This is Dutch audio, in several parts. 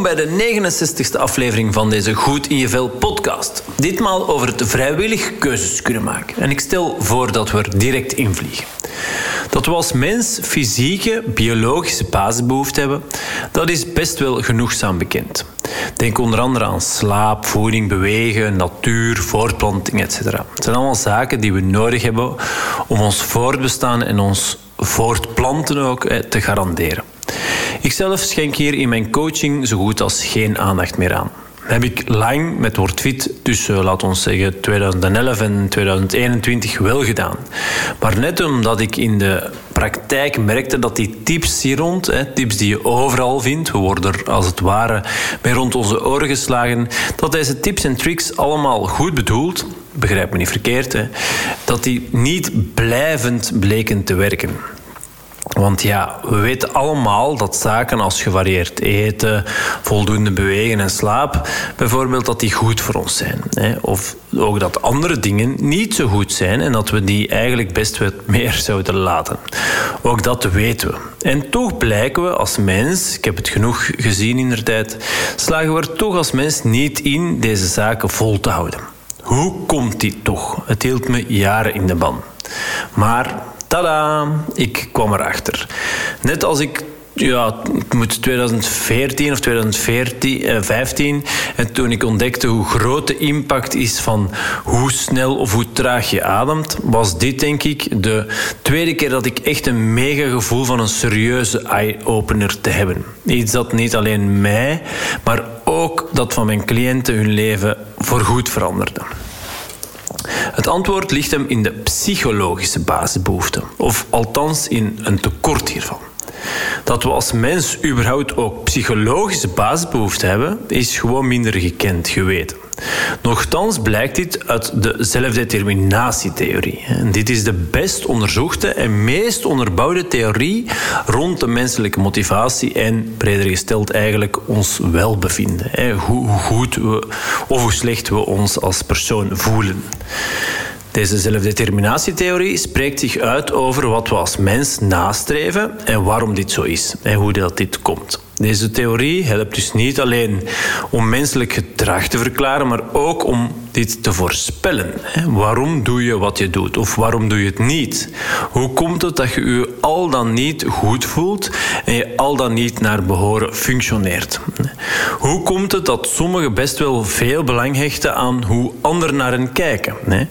bij de 69e aflevering van deze Goed in je Vel podcast. Ditmaal over het vrijwillig keuzes kunnen maken. En ik stel voor dat we er direct invliegen. Dat we als mens fysieke, biologische basisbehoeften hebben, dat is best wel genoegzaam bekend. Denk onder andere aan slaap, voeding, bewegen, natuur, voortplanting, etc. Het zijn allemaal zaken die we nodig hebben om ons voortbestaan en ons voortplanten ook te garanderen. Ikzelf schenk hier in mijn coaching zo goed als geen aandacht meer aan. Heb ik lang met WordFit tussen, laten we zeggen, 2011 en 2021 wel gedaan. Maar net omdat ik in de praktijk merkte dat die tips hier rond, tips die je overal vindt, we worden er als het ware mee rond onze oren geslagen, dat deze tips en tricks allemaal goed bedoeld, begrijp me niet verkeerd, dat die niet blijvend bleken te werken. Want ja, we weten allemaal dat zaken als gevarieerd eten, voldoende bewegen en slaap, bijvoorbeeld dat die goed voor ons zijn. Of ook dat andere dingen niet zo goed zijn en dat we die eigenlijk best wat meer zouden laten. Ook dat weten we. En toch blijken we als mens, ik heb het genoeg gezien inderdaad, slagen we er toch als mens niet in deze zaken vol te houden. Hoe komt dit toch? Het hield me jaren in de ban. Maar tada, ik kwam erachter. Net als ik, het moet 2014 of 2015, en toen ik ontdekte hoe groot de impact is van hoe snel of hoe traag je ademt, was dit denk ik de tweede keer dat ik echt een mega gevoel van een serieuze eye-opener te hebben. Iets dat niet alleen mij, maar ook dat van mijn cliënten hun leven voorgoed veranderde. Het antwoord ligt hem in de psychologische basisbehoeften, of althans in een tekort hiervan. Dat we als mens überhaupt ook psychologische basisbehoeften hebben, is gewoon minder gekend geweten. Nochtans blijkt dit uit de zelfdeterminatietheorie. En dit is de best onderzochte en meest onderbouwde theorie rond de menselijke motivatie en, breder gesteld, eigenlijk ons welbevinden. Hoe goed we of hoe slecht we ons als persoon voelen. Deze zelfdeterminatietheorie spreekt zich uit over wat we als mens nastreven en waarom dit zo is en hoe dit komt. Deze theorie helpt dus niet alleen om menselijk gedrag te verklaren, maar ook om dit te voorspellen. Waarom doe je wat je doet of waarom doe je het niet? Hoe komt het dat je je al dan niet goed voelt en je al dan niet naar behoren functioneert? Hoe komt het dat sommigen best wel veel belang hechten aan hoe anderen naar hen kijken?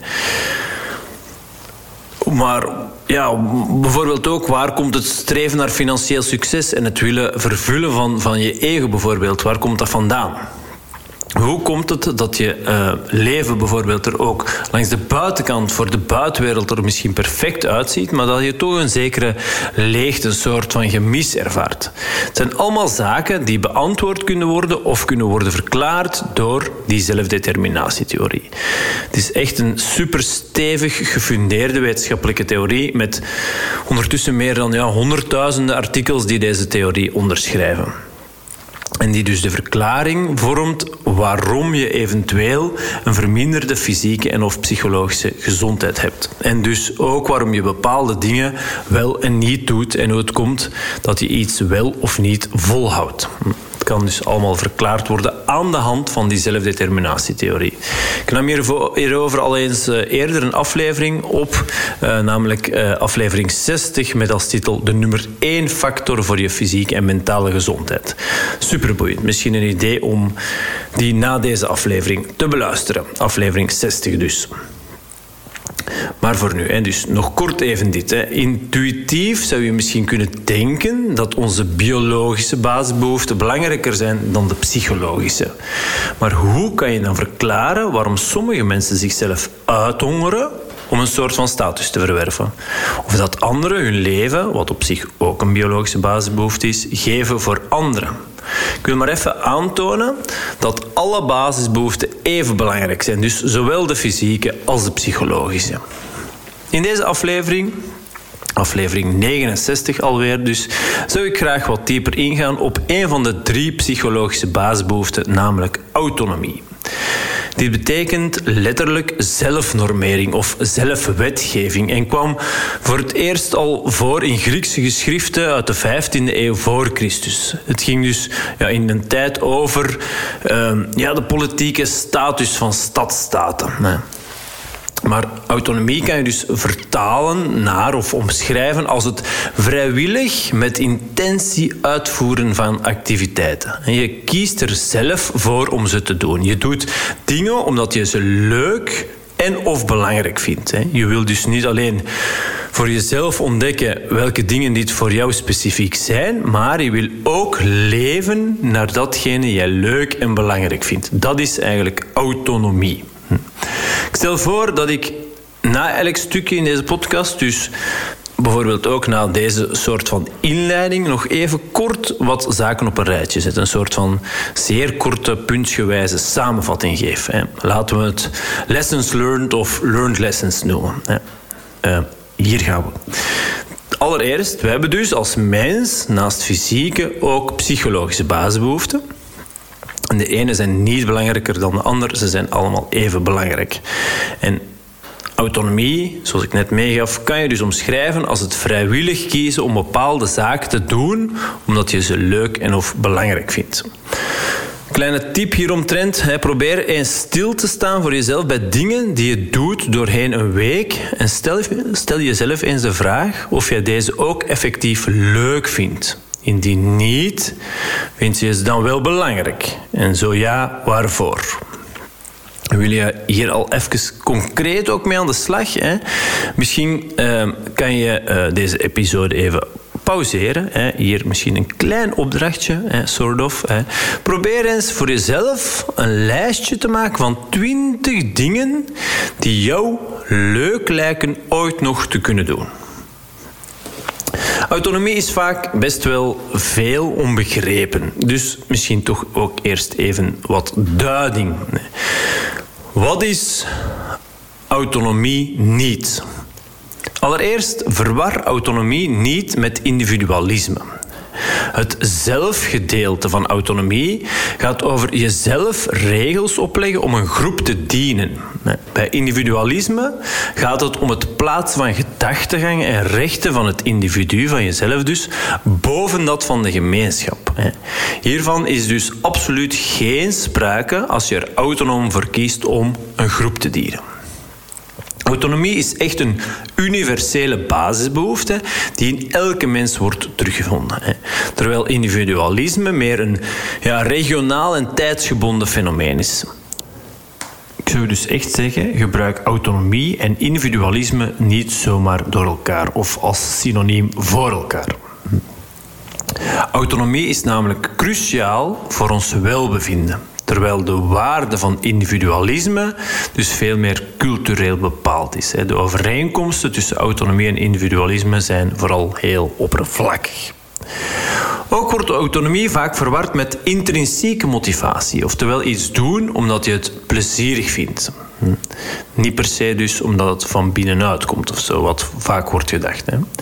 Maar bijvoorbeeld ook, waar komt het streven naar financieel succes en het willen vervullen van je ego bijvoorbeeld? Waar komt dat vandaan? Hoe komt het dat je leven bijvoorbeeld er ook langs de buitenkant voor de buitenwereld er misschien perfect uitziet, maar dat je toch een zekere leegte, een soort van gemis ervaart? Het zijn allemaal zaken die beantwoord kunnen worden of kunnen worden verklaard door die zelfdeterminatietheorie. Het is echt een super stevig gefundeerde wetenschappelijke theorie met ondertussen meer dan honderdduizenden artikels die deze theorie onderschrijven. En die dus de verklaring vormt waarom je eventueel een verminderde fysieke en of psychologische gezondheid hebt. En dus ook waarom je bepaalde dingen wel en niet doet en hoe het komt dat je iets wel of niet volhoudt. Het kan dus allemaal verklaard worden aan de hand van die zelfdeterminatietheorie. Ik nam hierover al eens eerder een aflevering op, namelijk aflevering 60 met als titel de nummer 1 factor voor je fysieke en mentale gezondheid. Superboeiend. Misschien een idee om die na deze aflevering te beluisteren. Aflevering 60 dus. Maar voor nu, dus nog kort even dit. Intuïtief zou je misschien kunnen denken dat onze biologische basisbehoeften belangrijker zijn dan de psychologische. Maar hoe kan je dan verklaren waarom sommige mensen zichzelf uithongeren om een soort van status te verwerven? Of dat anderen hun leven, wat op zich ook een biologische basisbehoefte is, geven voor anderen? Ik wil maar even aantonen dat alle basisbehoeften even belangrijk zijn. Dus zowel de fysieke als de psychologische. In deze aflevering 69 alweer dus, zou ik graag wat dieper ingaan op een van de 3 psychologische basisbehoeften, namelijk autonomie. Dit betekent letterlijk zelfnormering of zelfwetgeving en kwam voor het eerst al voor in Griekse geschriften uit de 15e eeuw voor Christus. Het ging dus in een tijd over de politieke status van stadstaten. Maar autonomie kan je dus vertalen naar of omschrijven als het vrijwillig met intentie uitvoeren van activiteiten. En je kiest er zelf voor om ze te doen. Je doet dingen omdat je ze leuk en of belangrijk vindt. Je wil dus niet alleen voor jezelf ontdekken welke dingen dit voor jou specifiek zijn, maar je wil ook leven naar datgene jij leuk en belangrijk vindt. Dat is eigenlijk autonomie. Ik stel voor dat ik na elk stukje in deze podcast, dus bijvoorbeeld ook na deze soort van inleiding, nog even kort wat zaken op een rijtje zet. Een soort van zeer korte, puntsgewijze samenvatting geef. Laten we het lessons learned of learned lessons noemen. Hier gaan we. Allereerst, we hebben dus als mens naast fysieke ook psychologische basisbehoeften. En de ene zijn niet belangrijker dan de ander, ze zijn allemaal even belangrijk. En autonomie, zoals ik net meegaf, kan je dus omschrijven als het vrijwillig kiezen om bepaalde zaken te doen, omdat je ze leuk en of belangrijk vindt. Kleine tip hieromtrent, probeer eens stil te staan voor jezelf bij dingen die je doet doorheen een week. En stel jezelf eens de vraag of je deze ook effectief leuk vindt. Indien niet, vind je ze dan wel belangrijk? En zo ja, waarvoor? Wil je hier al even concreet ook mee aan de slag? Misschien kan je deze episode even pauzeren. Hier misschien een klein opdrachtje, sort of. Probeer eens voor jezelf een lijstje te maken van 20 dingen die jou leuk lijken ooit nog te kunnen doen. Autonomie is vaak best wel veel onbegrepen. Dus misschien toch ook eerst even wat duiding. Wat is autonomie niet? Allereerst, verwar autonomie niet met individualisme. Het zelfgedeelte van autonomie gaat over jezelf regels opleggen om een groep te dienen. Bij individualisme gaat het om het plaatsen van gedachtegang en rechten van het individu, van jezelf dus, boven dat van de gemeenschap. Hiervan is dus absoluut geen sprake als je er autonoom voor kiest om een groep te dienen. Autonomie is echt een universele basisbehoefte die in elke mens wordt teruggevonden. Terwijl individualisme meer een regionaal en tijdsgebonden fenomeen is. Ik zou dus echt zeggen, gebruik autonomie en individualisme niet zomaar door elkaar of als synoniem voor elkaar. Autonomie is namelijk cruciaal voor ons welbevinden. Terwijl de waarde van individualisme dus veel meer cultureel bepaald is. De overeenkomsten tussen autonomie en individualisme zijn vooral heel oppervlakkig. Ook wordt autonomie vaak verward met intrinsieke motivatie. Oftewel iets doen omdat je het plezierig vindt. Niet per se dus omdat het van binnenuit komt of zo, wat vaak wordt gedacht.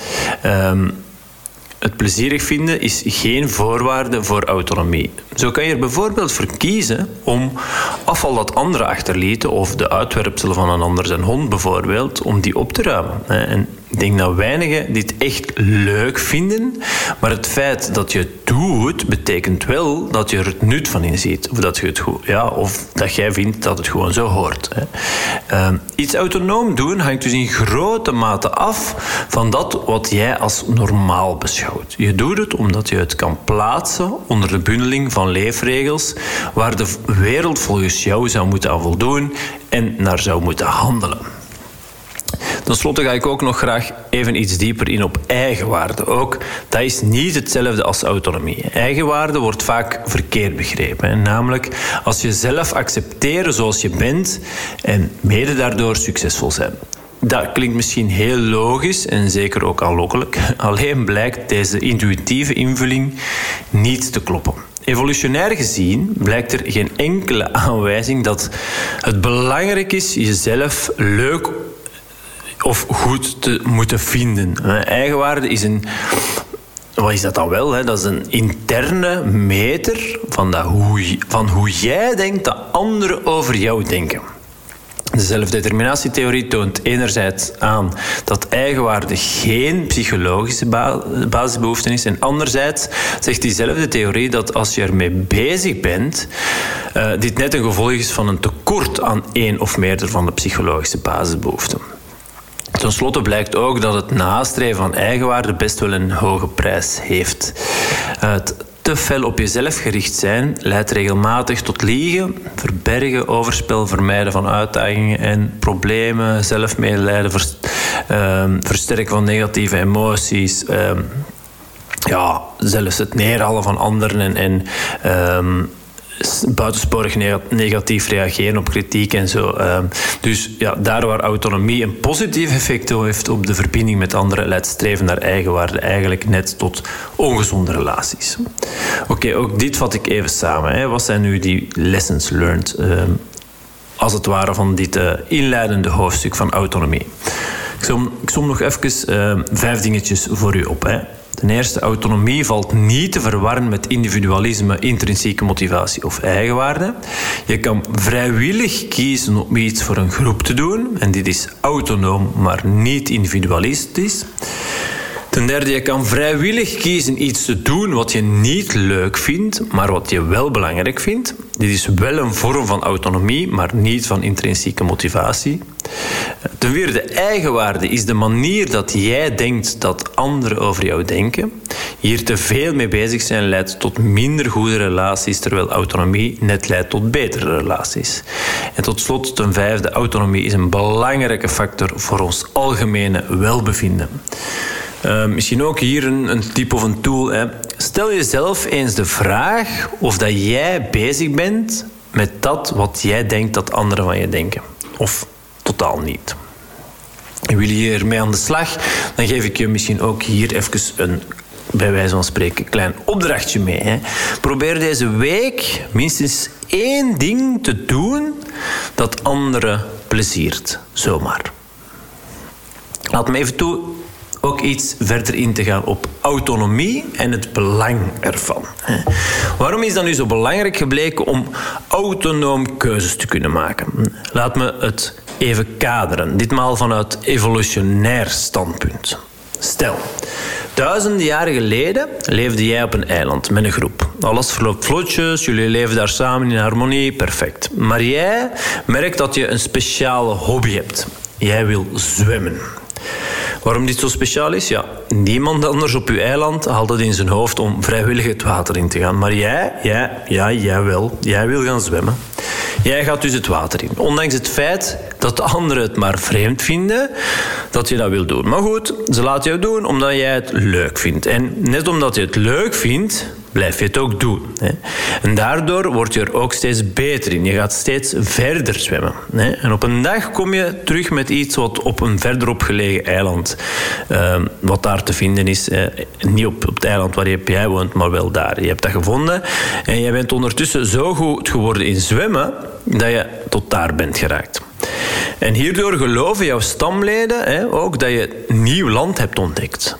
Het plezierig vinden is geen voorwaarde voor autonomie. Zo kan je er bijvoorbeeld voor kiezen om afval dat anderen achterlieten of de uitwerpselen van een ander zijn hond bijvoorbeeld, om die op te ruimen. En ik denk dat weinigen dit echt leuk vinden, maar het feit dat je het doet, betekent wel dat je er het nut van inziet. Of dat je het of dat jij vindt dat het gewoon zo hoort. Iets autonoom doen hangt dus in grote mate af van dat wat jij als normaal beschouwt. Je doet het omdat je het kan plaatsen onder de bundeling van leefregels waar de wereld volgens jou zou moeten aan voldoen en naar zou moeten handelen. Ten slotte ga ik ook nog graag even iets dieper in op eigenwaarde. Ook dat is niet hetzelfde als autonomie. Eigenwaarde wordt vaak verkeerd begrepen. Namelijk als je zelf accepteren zoals je bent en mede daardoor succesvol zijn. Dat klinkt misschien heel logisch en zeker ook aanlokkelijk. Alleen blijkt deze intuïtieve invulling niet te kloppen. Evolutionair gezien blijkt er geen enkele aanwijzing dat het belangrijk is jezelf leuk of goed te moeten vinden. Eigenwaarde is een wat is dat dan wel? Hè? Dat is een interne meter van hoe jij denkt dat anderen over jou denken. De zelfdeterminatietheorie toont enerzijds aan dat eigenwaarde geen psychologische basisbehoefte is. En anderzijds zegt diezelfde theorie dat als je ermee bezig bent, dit net een gevolg is van een tekort aan één of meerdere van de psychologische basisbehoeften. Ten slotte blijkt ook dat het nastreven van eigenwaarde best wel een hoge prijs heeft. Het te fel op jezelf gericht zijn leidt regelmatig tot liegen, verbergen, overspel, vermijden van uitdagingen en problemen, zelfmedelijden, versterken van negatieve emoties, zelfs het neerhalen van anderen en buitensporig negatief reageren op kritiek en zo. Dus ja, daar waar autonomie een positief effect heeft op de verbinding met anderen, leidt streven naar eigenwaarde eigenlijk net tot ongezonde relaties. Oké, ook dit vat ik even samen. Hè. Wat zijn nu die lessons learned, als het ware, van dit inleidende hoofdstuk van autonomie? Ik som nog even 5 dingetjes voor u op. Hè. Ten eerste, autonomie valt niet te verwarren met individualisme, intrinsieke motivatie of eigenwaarde. Je kan vrijwillig kiezen om iets voor een groep te doen. En dit is autonoom, maar niet individualistisch. Ten derde, je kan vrijwillig kiezen iets te doen wat je niet leuk vindt, maar wat je wel belangrijk vindt. Dit is wel een vorm van autonomie, maar niet van intrinsieke motivatie. Ten vierde, eigenwaarde is de manier dat jij denkt dat anderen over jou denken. Hier te veel mee bezig zijn leidt tot minder goede relaties, terwijl autonomie net leidt tot betere relaties. En tot slot, ten vijfde, autonomie is een belangrijke factor voor ons algemene welbevinden. Misschien ook hier een tip of een tool. Hè. Stel jezelf eens de vraag of dat jij bezig bent met dat wat jij denkt dat anderen van je denken. Of totaal niet. En wil je hiermee aan de slag, dan geef ik je misschien ook hier even een, bij wijze van spreken, klein opdrachtje mee. Hè. Probeer deze week minstens 1 ding te doen dat anderen pleziert. Zomaar. Laat me even toe ook iets verder in te gaan op autonomie en het belang ervan. Waarom is dat nu zo belangrijk gebleken om autonoom keuzes te kunnen maken? Laat me het even kaderen, ditmaal vanuit evolutionair standpunt. Stel, duizenden jaren geleden leefde jij op een eiland met een groep. Alles verloopt vlotjes, jullie leven daar samen in harmonie, perfect. Maar jij merkt dat je een speciale hobby hebt. Jij wil zwemmen. Waarom dit zo speciaal is? Ja, niemand anders op uw eiland haalt het in zijn hoofd om vrijwillig het water in te gaan. Maar jij wel. Jij wil gaan zwemmen. Jij gaat dus het water in. Ondanks het feit dat de anderen het maar vreemd vinden dat je dat wil doen. Maar goed, ze laten jou doen omdat jij het leuk vindt. En net omdat je het leuk vindt, blijf je het ook doen. En daardoor word je er ook steeds beter in. Je gaat steeds verder zwemmen. En op een dag kom je terug met iets wat op een verderop gelegen eiland, wat daar te vinden is. Niet op het eiland waar jij woont, maar wel daar. Je hebt dat gevonden en jij bent ondertussen zo goed geworden in zwemmen dat je tot daar bent geraakt. En hierdoor geloven jouw stamleden ook dat je nieuw land hebt ontdekt.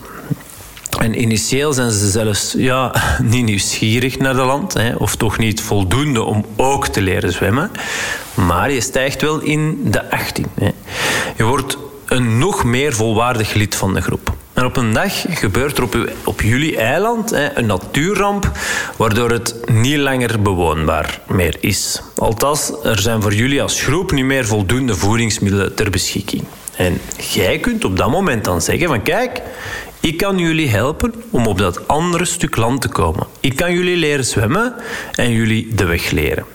En initieel zijn ze zelfs niet nieuwsgierig naar dat land, of toch niet voldoende om ook te leren zwemmen. Maar je stijgt wel in de 18. Je wordt een nog meer volwaardig lid van de groep. En op een dag gebeurt er op jullie eiland een natuurramp, waardoor het niet langer bewoonbaar meer is. Althans, er zijn voor jullie als groep niet meer voldoende voedingsmiddelen ter beschikking. En jij kunt op dat moment dan zeggen van kijk, ik kan jullie helpen om op dat andere stuk land te komen. Ik kan jullie leren zwemmen en jullie de weg leren.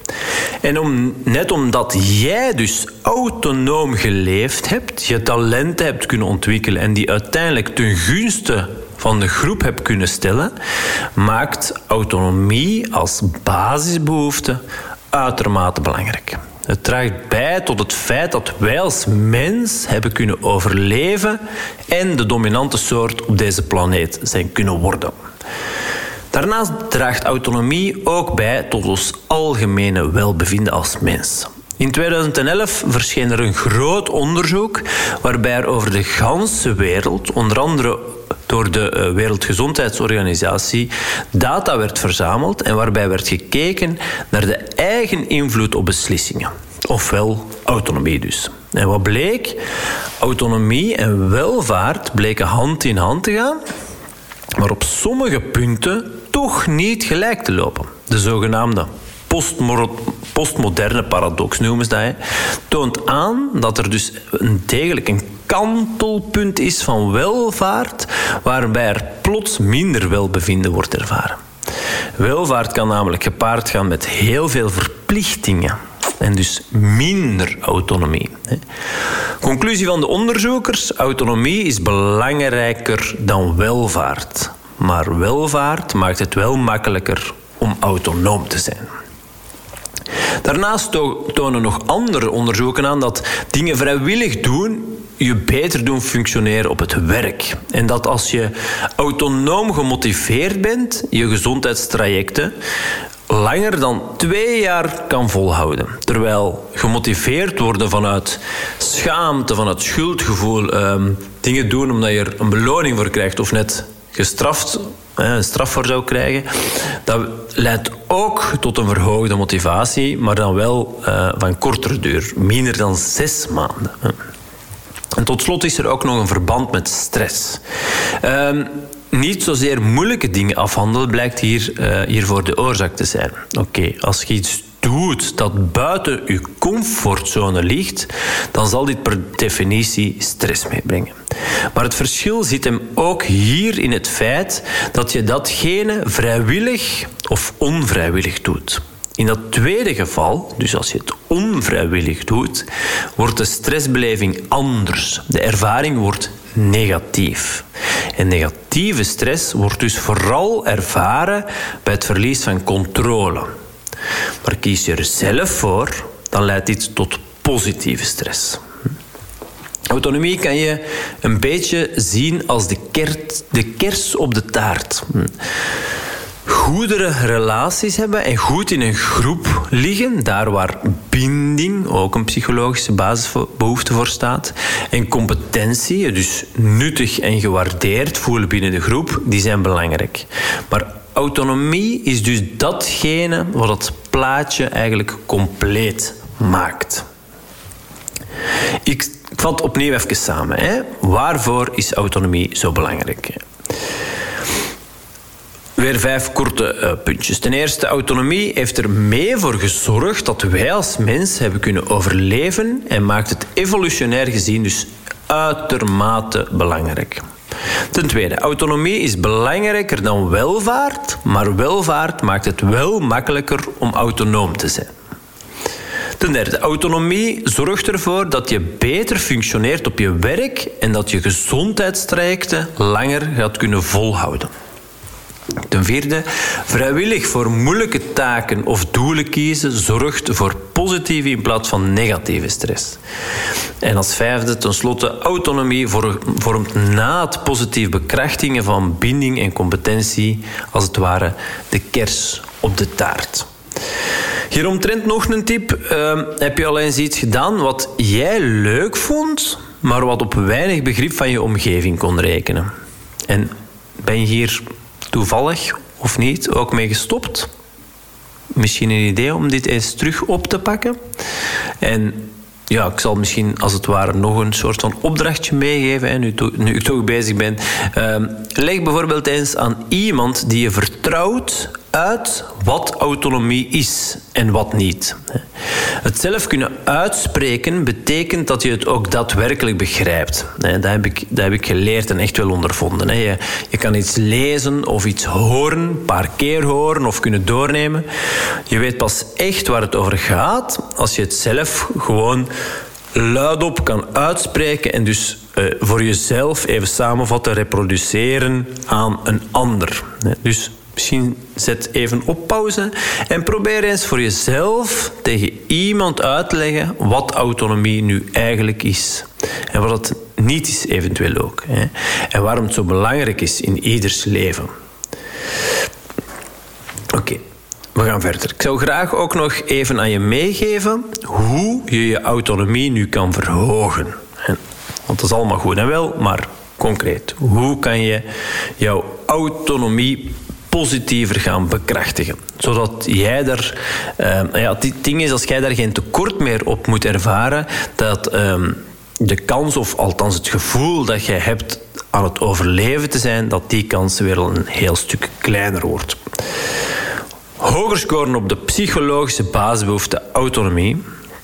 En net omdat jij dus autonoom geleefd hebt, je talenten hebt kunnen ontwikkelen en die uiteindelijk ten gunste van de groep hebt kunnen stellen, maakt autonomie als basisbehoefte uitermate belangrijk. Het draagt bij tot het feit dat wij als mens hebben kunnen overleven en de dominante soort op deze planeet zijn kunnen worden. Daarnaast draagt autonomie ook bij tot ons algemene welbevinden als mens. In 2011 verscheen er een groot onderzoek waarbij er over de ganse wereld, onder andere door de Wereldgezondheidsorganisatie, data werd verzameld en waarbij werd gekeken naar de eigen invloed op beslissingen. Ofwel autonomie dus. En wat bleek? Autonomie en welvaart bleken hand in hand te gaan, maar op sommige punten toch niet gelijk te lopen. De zogenaamde postmoderne paradox noemen ze dat. Toont aan dat er dus degelijk een kantelpunt is van welvaart waarbij er plots minder welbevinden wordt ervaren. Welvaart kan namelijk gepaard gaan met heel veel verplichtingen en dus minder autonomie. Conclusie van de onderzoekers: autonomie is belangrijker dan welvaart. Maar welvaart maakt het wel makkelijker om autonoom te zijn. Daarnaast tonen nog andere onderzoeken aan dat dingen vrijwillig doen je beter doen functioneren op het werk. En dat als je autonoom gemotiveerd bent, je gezondheidstrajecten langer dan 2 jaar kan volhouden. Terwijl gemotiveerd worden vanuit schaamte, vanuit schuldgevoel, dingen doen omdat je er een beloning voor krijgt of net gestraft, een straf voor zou krijgen, dat leidt ook tot een verhoogde motivatie, maar dan wel van kortere duur, minder dan 6 maanden. En tot slot is er ook nog een verband met stress. Niet zozeer moeilijke dingen afhandelen blijkt hiervoor de oorzaak te zijn. Oké, als je iets doet dat buiten je comfortzone ligt, dan zal dit per definitie stress meebrengen. Maar het verschil zit hem ook hier in het feit dat je datgene vrijwillig of onvrijwillig doet. In dat tweede geval, dus als je het onvrijwillig doet, wordt de stressbeleving anders. De ervaring wordt negatief. En negatieve stress wordt dus vooral ervaren bij het verlies van controle. Maar kies je er zelf voor, dan leidt dit tot positieve stress. Autonomie kan je een beetje zien als de kers op de taart. Goedere relaties hebben en goed in een groep liggen, daar waar binding, ook een psychologische basisbehoefte voor staat, en competentie, dus nuttig en gewaardeerd voelen binnen de groep, die zijn belangrijk. Maar autonomie is dus datgene wat het plaatje eigenlijk compleet maakt. Ik vat opnieuw even samen. Waarvoor is autonomie zo belangrijk? Weer 5 korte puntjes. Ten eerste, autonomie heeft er mee voor gezorgd dat wij als mens hebben kunnen overleven en maakt het evolutionair gezien dus uitermate belangrijk. Ten tweede, autonomie is belangrijker dan welvaart, maar welvaart maakt het wel makkelijker om autonoom te zijn. Ten derde, autonomie zorgt ervoor dat je beter functioneert op je werk en dat je gezondheidstrajecten langer gaat kunnen volhouden. Ten vierde, vrijwillig voor moeilijke taken of doelen kiezen zorgt voor positieve in plaats van negatieve stress. En als vijfde, tenslotte, autonomie vormt na het positief bekrachtingen van binding en competentie als het ware de kers op de taart. Hieromtrent nog een tip. Heb je al eens iets gedaan wat jij leuk vond, maar wat op weinig begrip van je omgeving kon rekenen? En ben je hier toevallig of niet ook mee gestopt? Misschien een idee om dit eens terug op te pakken. En ja, ik zal misschien als het ware nog een soort van opdrachtje meegeven, nu ik toch bezig ben. Leg bijvoorbeeld eens aan iemand die je vertrouwt uit wat autonomie is en wat niet. Het zelf kunnen uitspreken betekent dat je het ook daadwerkelijk begrijpt. Dat heb ik geleerd en echt wel ondervonden. Je kan iets lezen of iets horen, een paar keer horen of kunnen doornemen. Je weet pas echt waar het over gaat als je het zelf gewoon luidop kan uitspreken en dus voor jezelf even samenvatten, reproduceren aan een ander. Dus misschien zet even op pauze en probeer eens voor jezelf tegen iemand uit te leggen wat autonomie nu eigenlijk is. En wat het niet is eventueel ook. En waarom het zo belangrijk is in ieders leven. Oké. we gaan verder. Ik zou graag ook nog even aan je meegeven hoe je je autonomie nu kan verhogen. Want dat is allemaal goed en wel, maar concreet. Hoe kan je jouw autonomie positiever gaan bekrachtigen? Zodat jij er... het ding is, als jij daar geen tekort meer op moet ervaren, dat de kans, of althans het gevoel dat jij hebt aan het overleven te zijn, dat die kans weer een heel stuk kleiner wordt. Hoger scoren op de psychologische basisbehoefte autonomie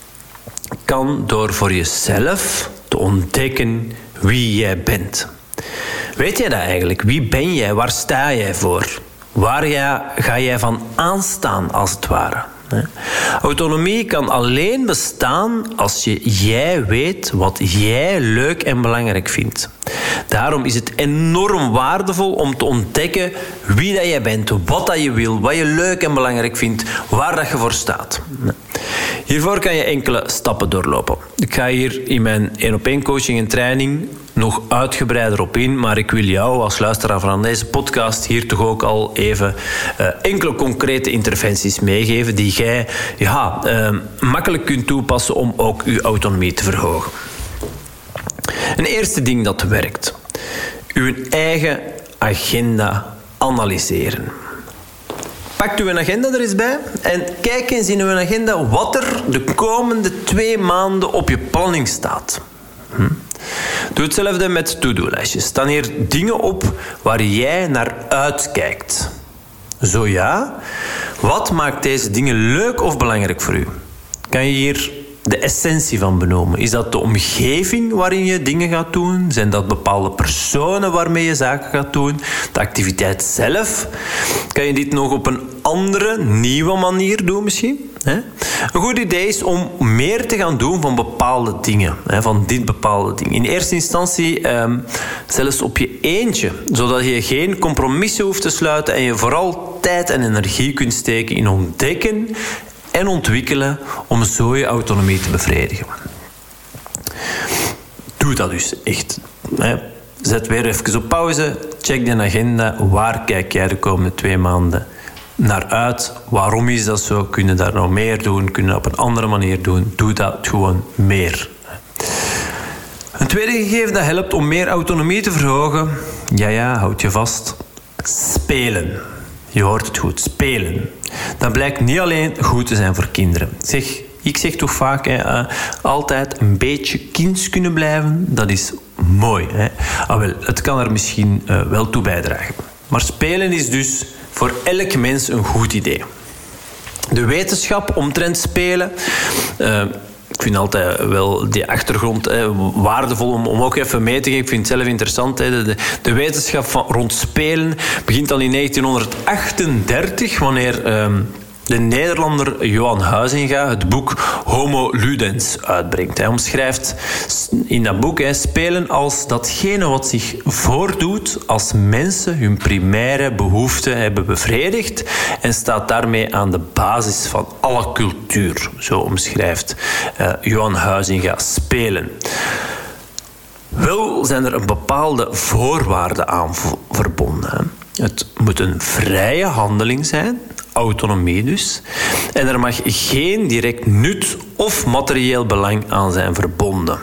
kan door voor jezelf te ontdekken wie jij bent. Weet jij dat eigenlijk? Wie ben jij? Waar sta jij voor? Waar ga jij van aanstaan, als het ware? Autonomie kan alleen bestaan als jij weet wat jij leuk en belangrijk vindt. Daarom is het enorm waardevol om te ontdekken wie dat jij bent, wat dat je wil, wat je leuk en belangrijk vindt, waar dat je voor staat. Hiervoor kan je enkele stappen doorlopen. Ik ga hier in mijn 1-op-1 coaching en training nog uitgebreider op in, maar ik wil jou als luisteraar van deze podcast hier toch ook al even enkele concrete interventies meegeven die jij makkelijk kunt toepassen om ook je autonomie te verhogen. Een eerste ding dat werkt. Uw eigen agenda analyseren. Pakt uw agenda er eens bij en kijk eens in uw agenda wat er de komende 2 maanden op je planning staat. Doe hetzelfde met to-do-lijstjes. Staan hier dingen op waar jij naar uitkijkt? Zo ja, wat maakt deze dingen leuk of belangrijk voor u? Kan je hier de essentie van benoemen? Is dat de omgeving waarin je dingen gaat doen? Zijn dat bepaalde personen waarmee je zaken gaat doen? De activiteit zelf? Kan je dit nog op een andere, nieuwe manier doen misschien? Een goed idee is om meer te gaan doen van bepaalde dingen. Van dit bepaalde ding. In eerste instantie zelfs op je eentje. Zodat je geen compromissen hoeft te sluiten en je vooral tijd en energie kunt steken in ontdekken en ontwikkelen om zo je autonomie te bevredigen. Doe dat dus echt. Zet weer even op pauze. Check de agenda. Waar kijk jij de komende 2 maanden naar uit? Waarom is dat zo? Kun je daar nog meer doen? Kun je dat op een andere manier doen? Doe dat gewoon meer. Een tweede gegeven dat helpt om meer autonomie te verhogen. Houd je vast. Spelen. Je hoort het goed, spelen. Dat blijkt niet alleen goed te zijn voor kinderen. Ik zeg toch vaak, altijd een beetje kinds kunnen blijven, dat is mooi. Het kan er misschien wel toe bijdragen. Maar spelen is dus voor elk mens een goed idee. De wetenschap omtrent spelen... Ik vind altijd wel die achtergrond waardevol om ook even mee te geven. Ik vind het zelf interessant. De wetenschap rond spelen begint al in 1938, wanneer de Nederlander Johan Huizinga het boek Homo Ludens uitbrengt. Hij omschrijft in dat boek spelen als datgene wat zich voordoet als mensen hun primaire behoeften hebben bevredigd en staat daarmee aan de basis van alle cultuur. Zo omschrijft Johan Huizinga spelen. Wel zijn er een bepaalde voorwaarden aan verbonden. Het moet een vrije handeling zijn, autonomie dus. En er mag geen direct nut of materieel belang aan zijn verbonden.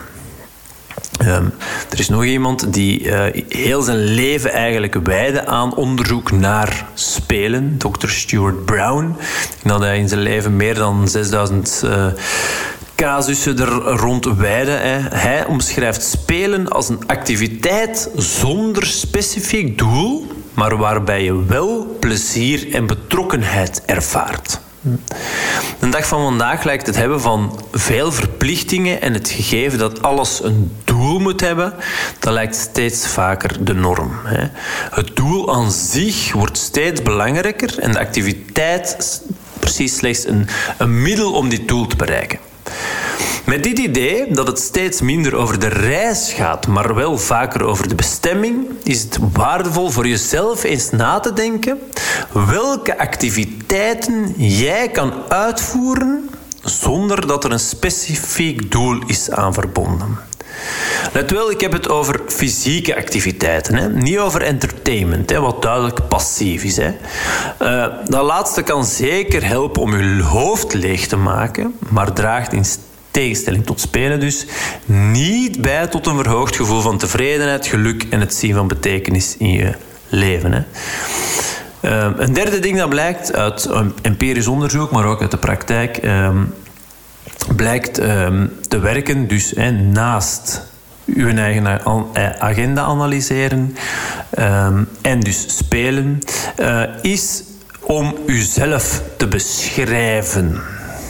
Er is nog iemand die heel zijn leven eigenlijk wijde aan onderzoek naar spelen. Dr. Stuart Brown. Dat hij in zijn leven meer dan 6000 casussen er rond wijde. Hij omschrijft spelen als een activiteit zonder specifiek doel, maar waarbij je wel plezier en betrokkenheid ervaart. De dag van vandaag lijkt het hebben van veel verplichtingen en het gegeven dat alles een doel moet hebben, dat lijkt steeds vaker de norm. Het doel aan zich wordt steeds belangrijker en de activiteit precies slechts een middel om dit doel te bereiken. Met dit idee dat het steeds minder over de reis gaat, maar wel vaker over de bestemming, is het waardevol voor jezelf eens na te denken welke activiteiten jij kan uitvoeren zonder dat er een specifiek doel is aan verbonden. Let wel, ik heb het over fysieke activiteiten. Hè? Niet over entertainment, hè, wat duidelijk passief is. Hè? Dat laatste kan zeker helpen om je hoofd leeg te maken, maar draagt in tegenstelling tot spelen dus niet bij tot een verhoogd gevoel van tevredenheid, geluk en het zien van betekenis in je leven. Hè? Een derde ding dat blijkt uit empirisch onderzoek, maar ook uit de praktijk, blijkt te werken, dus naast uw eigen agenda analyseren en dus spelen, is om uzelf te beschrijven.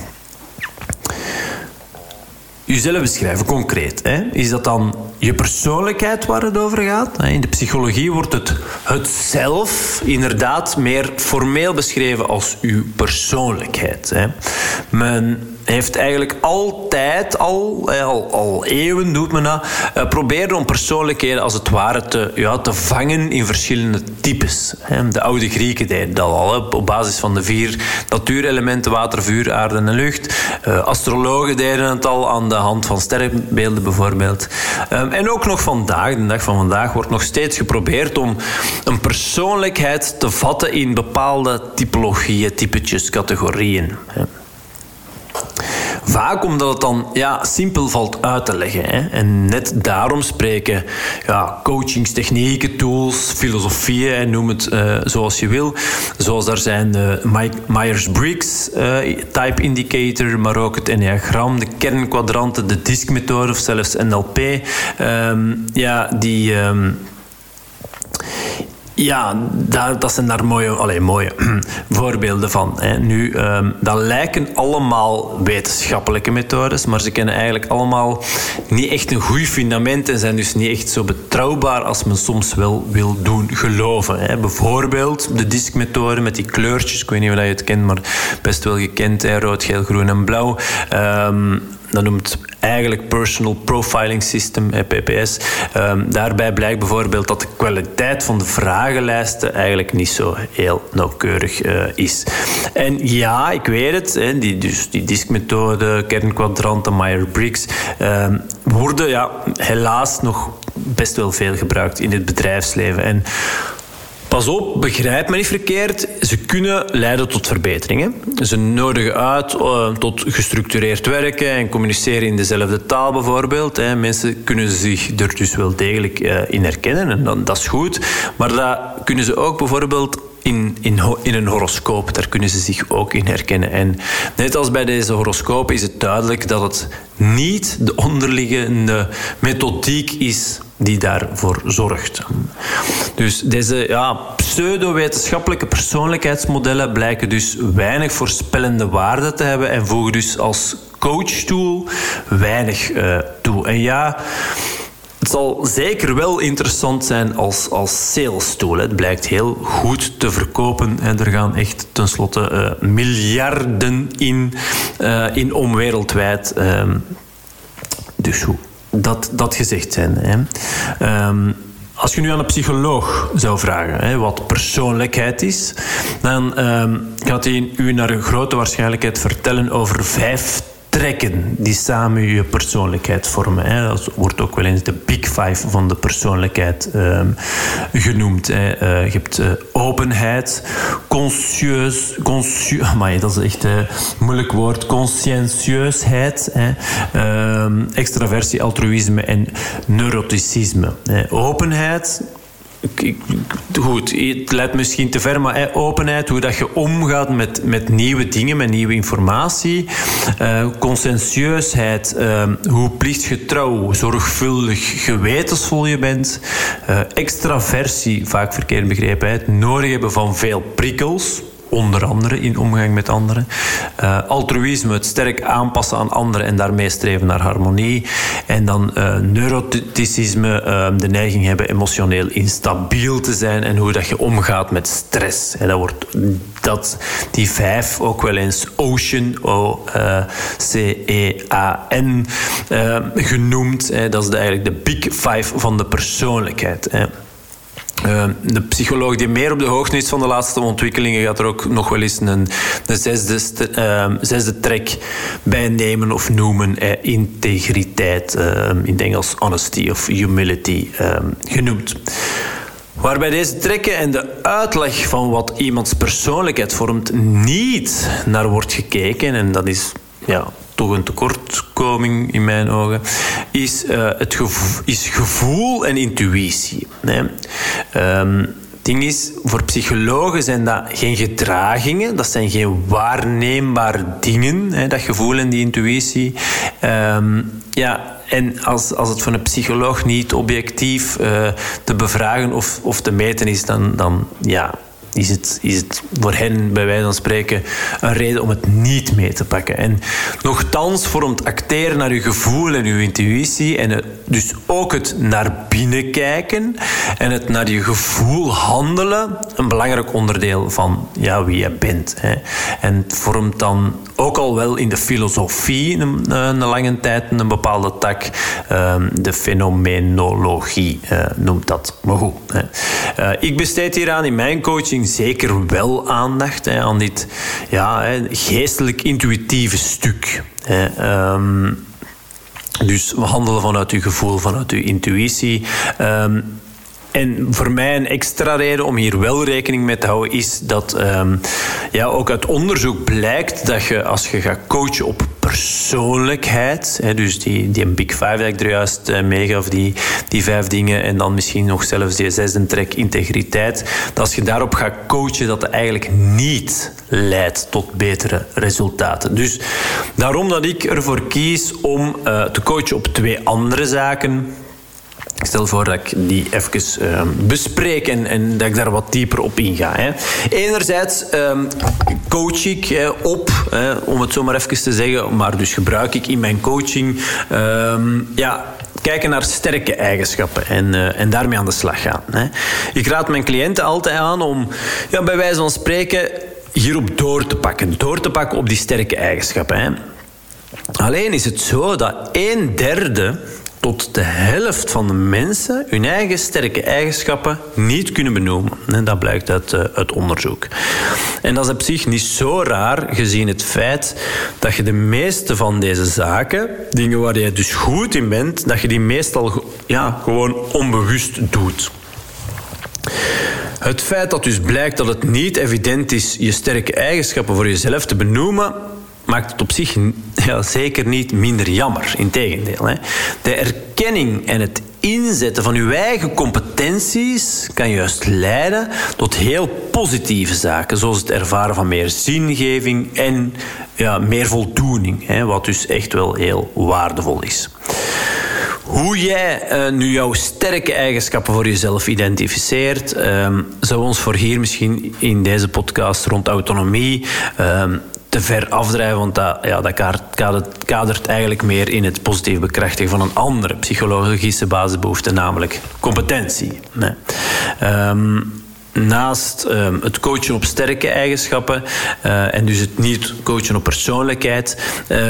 Jezelf beschrijven, concreet. Hè? Is dat dan je persoonlijkheid waar het over gaat? In de psychologie wordt het zelf inderdaad meer formeel beschreven als uw persoonlijkheid. Hè? Men heeft eigenlijk altijd, al eeuwen doet men dat, probeerde om persoonlijkheden als het ware te vangen in verschillende types. De oude Grieken deden dat al, op basis van de 4 natuurelementen, water, vuur, aarde en lucht. Astrologen deden het al aan de hand van sterrenbeelden bijvoorbeeld. En ook nog vandaag, de dag van vandaag, wordt nog steeds geprobeerd om een persoonlijkheid te vatten in bepaalde typologieën, typetjes, categorieën. Vaak omdat het dan simpel valt uit te leggen. Hè. En net daarom spreken coachingstechnieken, tools, filosofieën, noem het zoals je wil. Zoals daar zijn de Myers-Briggs type indicator, maar ook het enneagram, de kernkwadranten, de DISC-methode of zelfs NLP. Dat zijn daar mooie voorbeelden van. Hè. Nu, dat lijken allemaal wetenschappelijke methodes, maar ze kennen eigenlijk allemaal niet echt een goed fundament en zijn dus niet echt zo betrouwbaar als men soms wel wil doen geloven. Hè. Bijvoorbeeld de DISC-methode met die kleurtjes, ik weet niet of je het kent, maar best wel gekend, hè. Rood, geel, groen en blauw. Dat noemt eigenlijk Personal Profiling System, PPS. Daarbij blijkt bijvoorbeeld dat de kwaliteit van de vragenlijsten eigenlijk niet zo heel nauwkeurig is. En ja, ik weet het, hè, die DISC-methode, kernkwadranten, Myers-Briggs, worden helaas nog best wel veel gebruikt in het bedrijfsleven. En pas op, begrijp me niet verkeerd. Ze kunnen leiden tot verbeteringen. Ze nodigen uit tot gestructureerd werken en communiceren in dezelfde taal bijvoorbeeld. Mensen kunnen zich er dus wel degelijk in herkennen en dat is goed. Maar dat kunnen ze ook bijvoorbeeld in een horoscoop. Daar kunnen ze zich ook in herkennen. En net als bij deze horoscoop is het duidelijk dat het niet de onderliggende methodiek is die daarvoor zorgt. Dus deze pseudo-wetenschappelijke persoonlijkheidsmodellen blijken dus weinig voorspellende waarde te hebben en voegen dus als coachtool weinig toe. En het zal zeker wel interessant zijn als sales tool. Het blijkt heel goed te verkopen. Er gaan echt tenslotte miljarden in om wereldwijd. Dus goed. Dat gezegd zijn. Hè. Als je nu aan een psycholoog zou vragen wat persoonlijkheid is, dan gaat hij u naar een grote waarschijnlijkheid vertellen over 5 trekken die samen je persoonlijkheid vormen. Dat wordt ook wel eens de Big Five van de persoonlijkheid genoemd. Je hebt openheid, dat is echt een moeilijk woord, conscientieusheid, extraversie, altruïsme en neuroticisme. Openheid, goed, het leidt misschien te ver, maar openheid, hoe dat je omgaat met nieuwe dingen, met nieuwe informatie. Conscientieusheid, hoe plichtgetrouw, zorgvuldig, gewetensvol je bent. Extraversie, vaak verkeerd begrepen, het nodig hebben van veel prikkels. Onder andere in omgang met anderen. Altruïsme, het sterk aanpassen aan anderen en daarmee streven naar harmonie. En dan neuroticisme, de neiging hebben emotioneel instabiel te zijn en hoe dat je omgaat met stress. En dat wordt die 5 ook wel eens Ocean, O-C-E-A-N, genoemd. Dat is eigenlijk de Big Five van de persoonlijkheid. De psycholoog die meer op de hoogte is van de laatste ontwikkelingen gaat er ook nog wel eens een zesde trek bij nemen of noemen. Integriteit, in het Engels honesty of humility genoemd. Waarbij deze trekken en de uitleg van wat iemands persoonlijkheid vormt niet naar wordt gekeken, en dat is toch een tekortkoming in mijn ogen, is gevoel en intuïtie. Het ding is, voor psychologen zijn dat geen gedragingen, dat zijn geen waarneembare dingen, dat gevoel en die intuïtie. En als het voor een psycholoog niet objectief te bevragen of te meten is, dan is het voor hen, bij wijze van spreken, een reden om het niet mee te pakken. En nochtans vormt acteren naar je gevoel en je intuïtie en dus ook het naar binnen kijken en het naar je gevoel handelen een belangrijk onderdeel van wie je bent. En het vormt dan ook al wel in de filosofie een lange tijd een bepaalde tak. De fenomenologie noemt dat. Maar goed. Ik besteed hieraan in mijn coaching zeker wel aandacht aan dit geestelijk-intuïtieve stuk. Dus we handelen vanuit uw gevoel, vanuit uw intuïtie. En voor mij een extra reden om hier wel rekening mee te houden is dat ook uit onderzoek blijkt dat je, als je gaat coachen op persoonlijkheid, dus die Big Five dat ik er juist meegaf, die 5 dingen en dan misschien nog zelfs die 6e trek integriteit, dat als je daarop gaat coachen, dat het eigenlijk niet leidt tot betere resultaten. Dus daarom dat ik ervoor kies om te coachen op 2 andere zaken. Ik stel voor dat ik die even bespreek en dat ik daar wat dieper op inga. Enerzijds coach ik op, om het zo maar even te zeggen, maar dus gebruik ik in mijn coaching kijken naar sterke eigenschappen en daarmee aan de slag gaan. Ik raad mijn cliënten altijd aan om bij wijze van spreken hierop door te pakken op die sterke eigenschappen. Alleen is het zo dat 1/3 tot de helft van de mensen hun eigen sterke eigenschappen niet kunnen benoemen. Dat blijkt uit onderzoek. En dat is op zich niet zo raar, gezien het feit dat je de meeste van deze zaken, dingen waar je dus goed in bent, dat je die meestal gewoon onbewust doet. Het feit dat dus blijkt dat het niet evident is je sterke eigenschappen voor jezelf te benoemen, maakt het op zich zeker niet minder jammer. Integendeel. De erkenning en het inzetten van uw eigen competenties kan juist leiden tot heel positieve zaken, zoals het ervaren van meer zingeving en meer voldoening, wat dus echt wel heel waardevol is. Hoe jij nu jouw sterke eigenschappen voor jezelf identificeert, zou ons voor hier misschien in deze podcast rond autonomie te ver afdrijven, want dat kadert eigenlijk meer in het positief bekrachtigen van een andere psychologische basisbehoefte, namelijk competentie. Naast het coachen op sterke eigenschappen en dus het niet coachen op persoonlijkheid,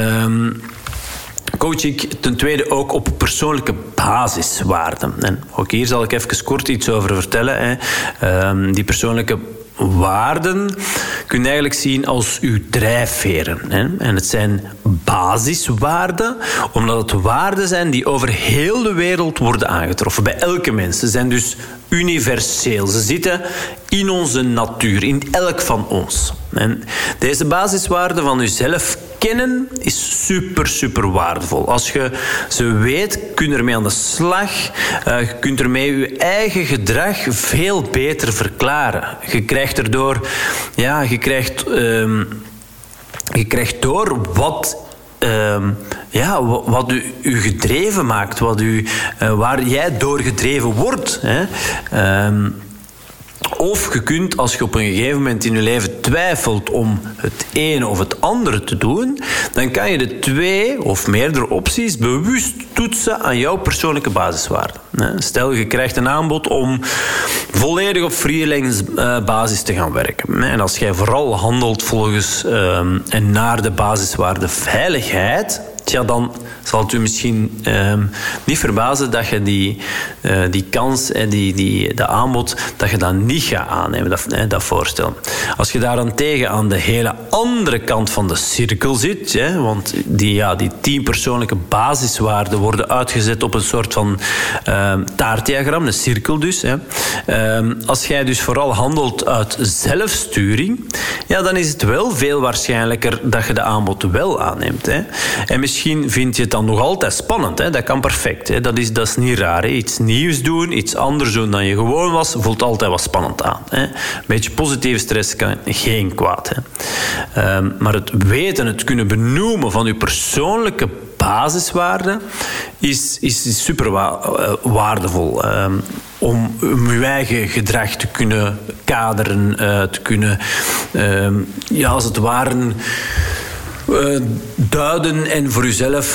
coach ik ten tweede ook op persoonlijke basiswaarden. En ook hier zal ik even kort iets over vertellen. Die persoonlijke waarden kun je eigenlijk zien als uw drijfveren. En het zijn basiswaarden, omdat het waarden zijn die over heel de wereld worden aangetroffen. Bij elke mens. Ze zijn dus universeel. Ze zitten in onze natuur, in elk van ons. En deze basiswaarden van uzelf kennen is super, super waardevol. Als je ze weet, kun je ermee aan de slag. Je kunt ermee je eigen gedrag veel beter verklaren. Je krijgt erdoor... je krijgt door wat u gedreven maakt, waar jij door gedreven wordt. Of je kunt, als je op een gegeven moment in je leven twijfelt om het ene of het andere te doen, dan kan je de 2 of meerdere opties bewust toetsen aan jouw persoonlijke basiswaarden. Stel, je krijgt een aanbod om volledig op freelance basis te gaan werken. En als jij vooral handelt volgens en naar de basiswaarde veiligheid, dan zal het u misschien niet verbazen dat je die kans, de aanbod, dat je dat niet gaat aannemen, dat voorstel. Als je daarentegen aan de hele andere kant van de cirkel zit, want die 10 persoonlijke basiswaarden worden uitgezet op een soort van taartdiagram, een cirkel dus. Als jij dus vooral handelt uit zelfsturing, dan is het wel veel waarschijnlijker dat je de aanbod wel aanneemt. En misschien vind je het dan nog altijd spannend. Dat kan perfect. Dat is niet raar. Iets nieuws doen, iets anders doen dan je gewoon was, voelt altijd wat spannend aan. Een beetje positieve stress kan geen kwaad. Maar het weten, het kunnen benoemen van je persoonlijke basiswaarden is super waardevol. Om je eigen gedrag te kunnen kaderen, te kunnen, als het ware, duiden en voor jezelf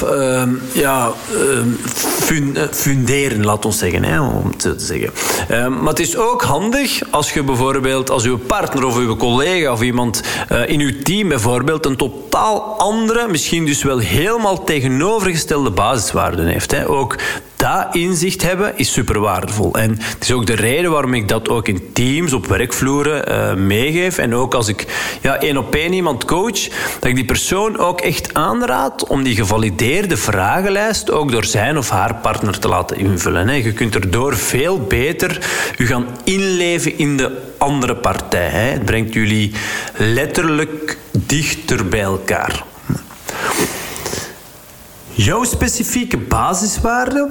funderen, laat ons zeggen, om het zo te zeggen. Maar het is ook handig als je bijvoorbeeld, als uw partner of uw collega of iemand in uw team bijvoorbeeld een totaal andere, misschien dus wel helemaal tegenovergestelde basiswaarden heeft. Ook dat inzicht hebben is super waardevol. En het is ook de reden waarom ik dat ook in teams, op werkvloeren meegeef. En ook als ik 1-op-1 iemand coach, dat ik die persoon ook echt aanraad om die gevalideerde vragenlijst ook door zijn of haar partner te laten invullen. Je kunt erdoor veel beter je gaan inleven in de andere partij. Het brengt jullie letterlijk dichter bij elkaar. Jouw specifieke basiswaarden,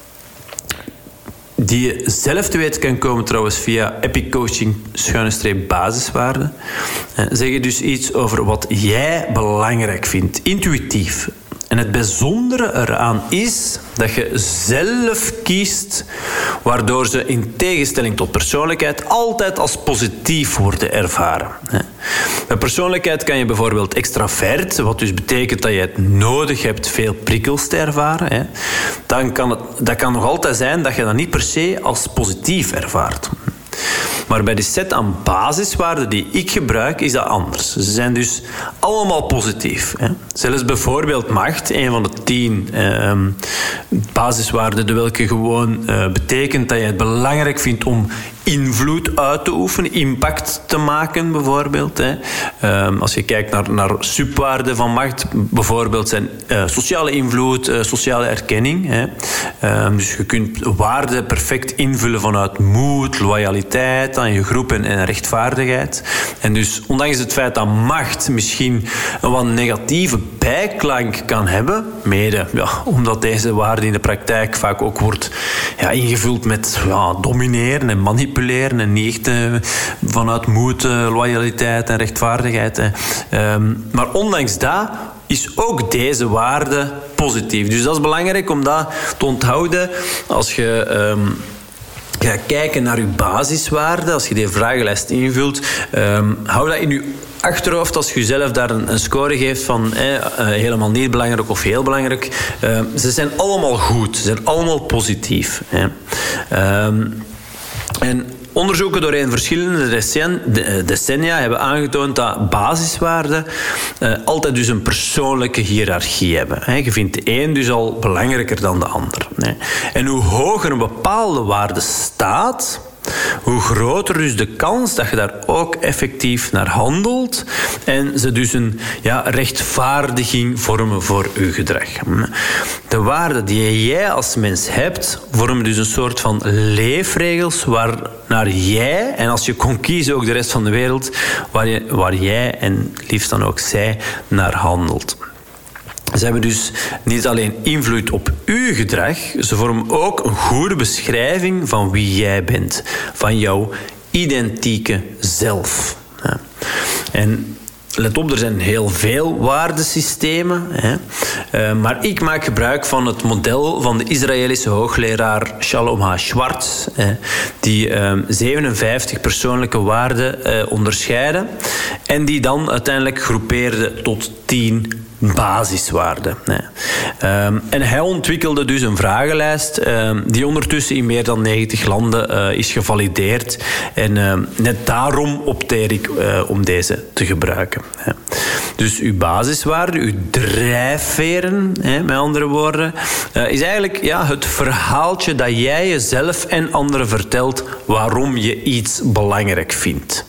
die je zelf te weten kan komen trouwens via Epic Coaching _basiswaarden, zeggen dus iets over wat jij belangrijk vindt, intuïtief. En het bijzondere eraan is dat je zelf kiest, waardoor ze in tegenstelling tot persoonlijkheid altijd als positief worden ervaren. Bij persoonlijkheid kan je bijvoorbeeld extravert, wat dus betekent dat je het nodig hebt veel prikkels te ervaren. Dat kan nog altijd zijn dat je dat niet per se als positief ervaart. Maar bij de set aan basiswaarden die ik gebruik, is dat anders. Ze zijn dus allemaal positief. Zelfs bijvoorbeeld macht, een van de 10 basiswaarden, welke gewoon betekent dat je het belangrijk vindt om invloed uit te oefenen, impact te maken bijvoorbeeld. Als je kijkt naar subwaarden van macht, bijvoorbeeld zijn sociale invloed, sociale erkenning. Dus je kunt waarden perfect invullen vanuit moed, loyaliteit aan je groep en rechtvaardigheid. En dus ondanks het feit dat macht misschien een wat negatieve bijklank kan hebben, mede omdat deze waarde in de praktijk vaak ook wordt ingevuld met domineren en manipuleren en niet echt vanuit moed, loyaliteit en rechtvaardigheid. Maar ondanks dat is ook deze waarde positief. Dus dat is belangrijk om dat te onthouden als je ga kijken naar je basiswaarden, als je die vragenlijst invult, hou dat in je achterhoofd als je jezelf daar een score geeft van helemaal niet belangrijk of heel belangrijk. Ze zijn allemaal goed, ze zijn allemaal positief. En onderzoeken doorheen verschillende decennia hebben aangetoond dat basiswaarden altijd dus een persoonlijke hiërarchie hebben. Je vindt de een dus al belangrijker dan de ander. En hoe hoger een bepaalde waarde staat, hoe groter dus de kans dat je daar ook effectief naar handelt en ze dus een rechtvaardiging vormen voor je gedrag. De waarden die jij als mens hebt, vormen dus een soort van leefregels waarnaar jij, en als je kon kiezen ook de rest van de wereld, waar jij en liefst dan ook zij naar handelt. Ze hebben dus niet alleen invloed op uw gedrag, ze vormen ook een goede beschrijving van wie jij bent, van jouw identieke zelf. En let op, er zijn heel veel waardesystemen, maar ik maak gebruik van het model van de Israëlische hoogleraar Shalom HaSchwartz, die 57 persoonlijke waarden onderscheiden en die dan uiteindelijk groepeerde tot 10 basiswaarden. En hij ontwikkelde dus een vragenlijst die ondertussen in meer dan 90 landen is gevalideerd. En net daarom opteer ik om deze te gebruiken. Dus uw basiswaarden, uw drijfveren, met andere woorden, is eigenlijk het verhaaltje dat jij jezelf en anderen vertelt waarom je iets belangrijk vindt.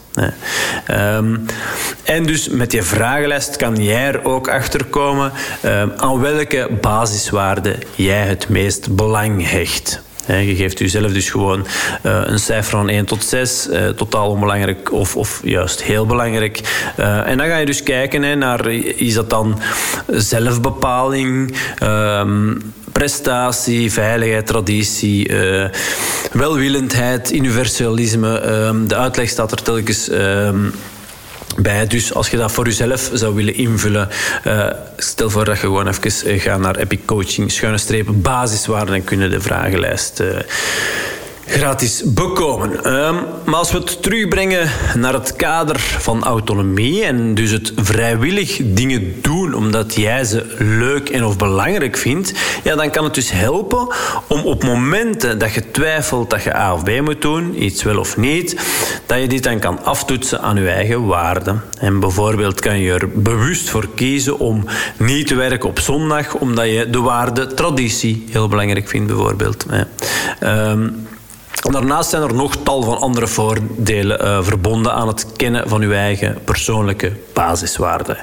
En dus met je vragenlijst kan jij er ook achter komen aan welke basiswaarden jij het meest belang hecht. Je geeft jezelf dus gewoon een cijfer van 1 tot 6, totaal onbelangrijk of juist heel belangrijk. En dan ga je dus kijken naar, is dat dan zelfbepaling, prestatie, veiligheid, traditie, welwillendheid, universalisme. De uitleg staat er telkens bij. Dus als je dat voor jezelf zou willen invullen, stel voor dat je gewoon even gaat naar Epic Coaching, _basiswaarden, dan kun je de vragenlijst gratis bekomen. Maar als we het terugbrengen naar het kader van autonomie en dus het vrijwillig dingen doen omdat jij ze leuk en of belangrijk vindt, dan kan het dus helpen om op momenten dat je twijfelt dat je A of B moet doen, iets wel of niet, dat je dit dan kan aftoetsen aan je eigen waarden. En bijvoorbeeld kan je er bewust voor kiezen om niet te werken op zondag omdat je de waarde traditie heel belangrijk vindt, bijvoorbeeld. Daarnaast zijn er nog tal van andere voordelen verbonden aan het kennen van uw eigen persoonlijke basiswaarden.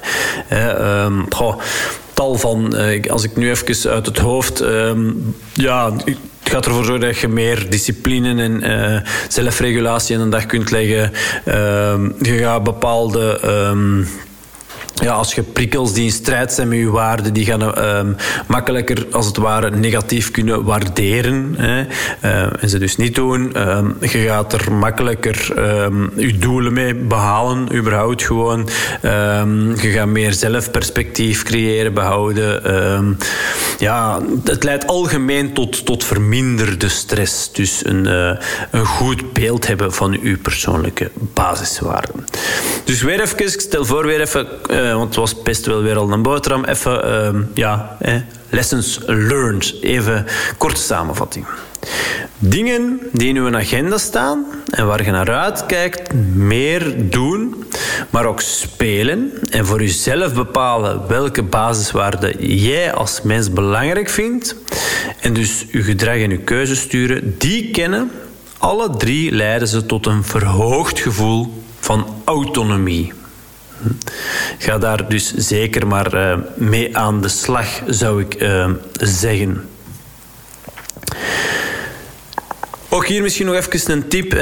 Tal van, als ik nu even uit het hoofd, het gaat ervoor zorgen dat je meer discipline en zelfregulatie aan de dag kunt leggen. Je gaat bepaalde als je prikkels die in strijd zijn met je waarden, die gaan makkelijker, als het ware, negatief kunnen waarderen. En ze dus niet doen. Je gaat er makkelijker je doelen mee behalen, überhaupt gewoon. Je gaat meer zelfperspectief creëren, behouden. Het leidt algemeen tot verminderde stress. Dus een goed beeld hebben van je persoonlijke basiswaarden. Dus weer even, ik stel voor weer even, want het was best wel weer al een boterham, even, lessons learned. Even korte samenvatting. Dingen die in uw agenda staan en waar je naar uitkijkt, meer doen, maar ook spelen en voor jezelf bepalen welke basiswaarden jij als mens belangrijk vindt en dus je gedrag en je keuze sturen, die kennen, alle drie leiden ze tot een verhoogd gevoel van autonomie. Ga daar dus zeker maar mee aan de slag, zou ik zeggen. Ook hier misschien nog even een tip.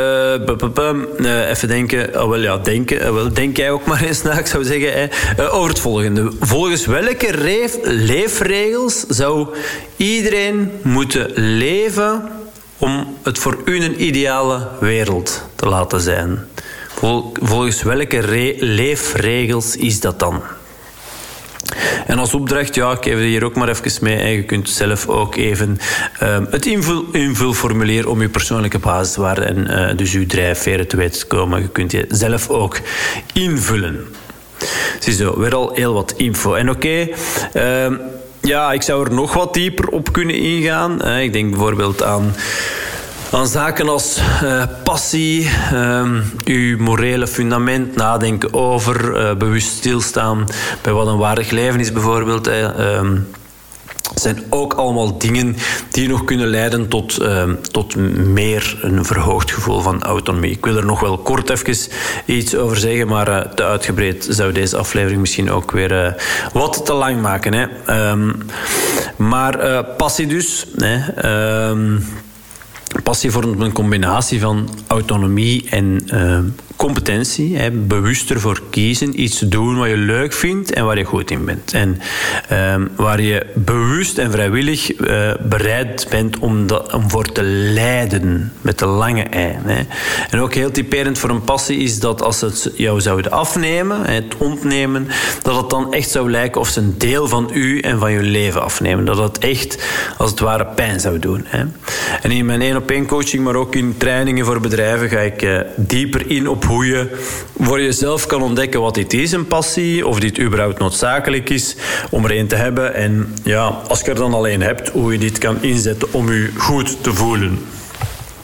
Even denken. Denk jij ook maar eens na, ik zou zeggen. Over het volgende. Volgens welke leefregels zou iedereen moeten leven om het voor u een ideale wereld te laten zijn? Volgens welke leefregels is dat dan? En als opdracht, ik geef er hier ook maar even mee. En je kunt zelf ook even het invulformulier om je persoonlijke basiswaarden en dus je drijfveren te weten te komen. Je kunt je zelf ook invullen. Ziezo, weer al heel wat info. En ik zou er nog wat dieper op kunnen ingaan. Ik denk bijvoorbeeld aan zaken als passie, uw morele fundament, nadenken over, bewust stilstaan bij wat een waardig leven is bijvoorbeeld. Zijn ook allemaal dingen die nog kunnen leiden tot meer een verhoogd gevoel van autonomie. Ik wil er nog wel kort even iets over zeggen, maar te uitgebreid zou deze aflevering misschien ook weer wat te lang maken. Maar passie dus. Passie vormt een combinatie van autonomie en competentie. Bewust ervoor kiezen, iets te doen wat je leuk vindt en waar je goed in bent. En waar je bewust en vrijwillig bereid bent om voor te lijden, met de lange ei. En ook heel typerend voor een passie is dat als ze het jou zouden afnemen, het ontnemen, dat het dan echt zou lijken of ze een deel van u en van je leven afnemen. Dat het echt, als het ware, pijn zou doen. En in mijn 1-op-1 coaching, maar ook in trainingen voor bedrijven, ga ik dieper in op hoe je voor jezelf kan ontdekken wat dit is, een passie, of dit überhaupt noodzakelijk is om er een te hebben. En als je er dan alleen hebt, hoe je dit kan inzetten om je goed te voelen.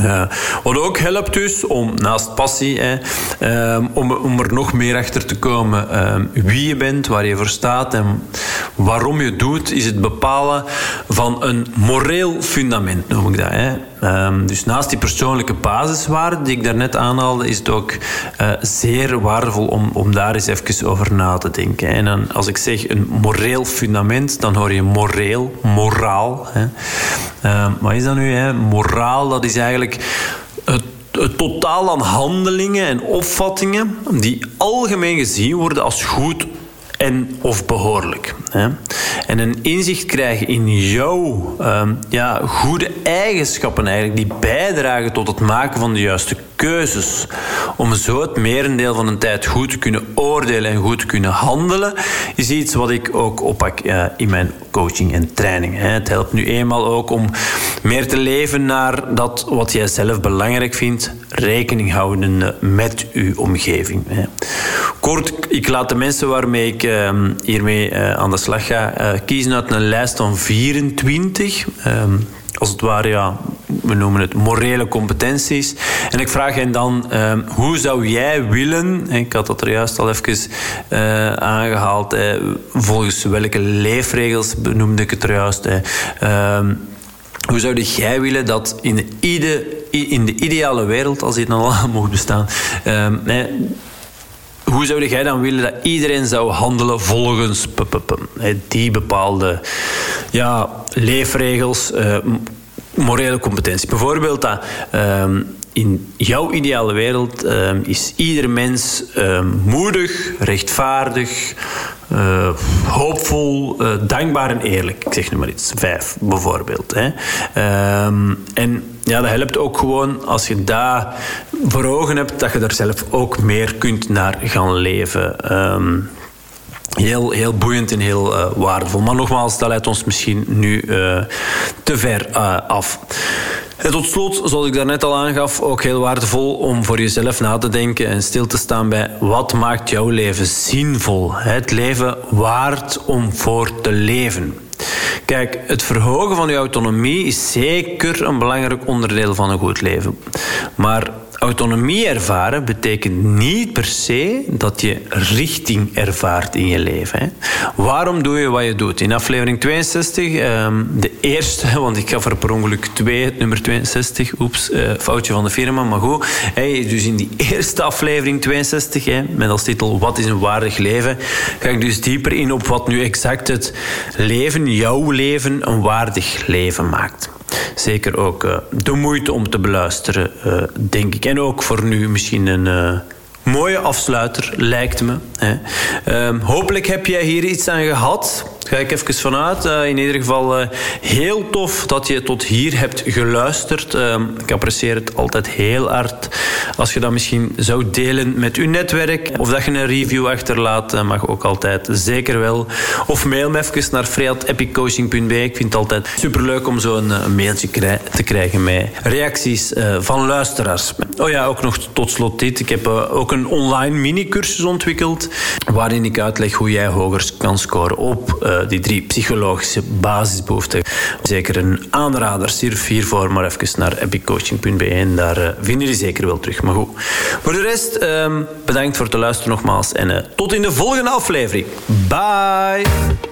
Wat ook helpt dus om naast passie, om er nog meer achter te komen wie je bent, waar je voor staat en waarom je het doet, is het bepalen van een moreel fundament, noem ik dat. Dus naast die persoonlijke basiswaarden die ik daarnet aanhaalde, is het ook zeer waardevol om daar eens even over na te denken. En dan, als ik zeg een moreel fundament, dan hoor je moraal. Wat is dat nu? Moraal, dat is eigenlijk het totaal aan handelingen en opvattingen die algemeen gezien worden als goed en of behoorlijk. En een inzicht krijgen in jouw goede eigenschappen eigenlijk, die bijdragen tot het maken van de juiste keuzes. Om zo het merendeel van de tijd goed te kunnen oordelen en goed te kunnen handelen, is iets wat ik ook oppak in mijn coaching en training. Het helpt nu eenmaal ook om meer te leven naar dat wat jij zelf belangrijk vindt, rekening houden met uw omgeving. Kort, ik laat de mensen waarmee ik hiermee aan de slag ga kiezen uit een lijst van 24. Als het ware, we noemen het morele competenties. En ik vraag hen dan, hoe zou jij willen, ik had dat er juist al even aangehaald, volgens welke leefregels benoemde ik het er juist, hoe zou jij willen dat in de ideale wereld, als die dan al mocht bestaan, hoe zou jij dan willen dat iedereen zou handelen volgens die bepaalde leefregels, morele competentie? Bijvoorbeeld dat in jouw ideale wereld is ieder mens moedig, rechtvaardig, hoopvol, dankbaar en eerlijk. Ik zeg nu maar iets, 5 bijvoorbeeld. En dat helpt ook gewoon als je dat voor ogen hebt, dat je daar zelf ook meer kunt naar gaan leven. Heel boeiend en heel waardevol. Maar nogmaals, dat leidt ons misschien nu te ver af. En tot slot, zoals ik daarnet al aangaf, ook heel waardevol om voor jezelf na te denken en stil te staan bij wat maakt jouw leven zinvol. Het leven waard om voor te leven. Kijk, het verhogen van je autonomie is zeker een belangrijk onderdeel van een goed leven. Maar autonomie ervaren betekent niet per se dat je richting ervaart in je leven. Waarom doe je wat je doet? In aflevering 62, de eerste, want ik gaf er per ongeluk 2, het nummer 62. Oeps, foutje van de firma, maar goed. Dus in die eerste aflevering 62, met als titel Wat is een waardig leven, ga ik dus dieper in op wat nu exact het leven, jouw leven, een waardig leven maakt. Zeker ook de moeite om te beluisteren, denk ik. En ook voor nu misschien een mooie afsluiter, lijkt me. Hopelijk heb jij hier iets aan gehad. Ga ik even vanuit. In ieder geval heel tof dat je tot hier hebt geluisterd. Ik apprecieer het altijd heel hard. Als je dat misschien zou delen met uw netwerk, of dat je een review achterlaat, mag ook altijd zeker wel. Of mail me even naar frey@epiccoaching.be. Ik vind het altijd superleuk om zo'n mailtje te krijgen met reacties van luisteraars. Oh ja, ook nog tot slot dit. Ik heb ook een online mini-cursus ontwikkeld, waarin ik uitleg hoe jij hoger kan scoren op die 3 psychologische basisbehoeften. Zeker een aanrader. Surf hiervoor maar even naar epiccoaching.be en daar vind je die zeker wel terug. Maar goed, voor de rest bedankt voor het luisteren nogmaals en tot in de volgende aflevering. Bye!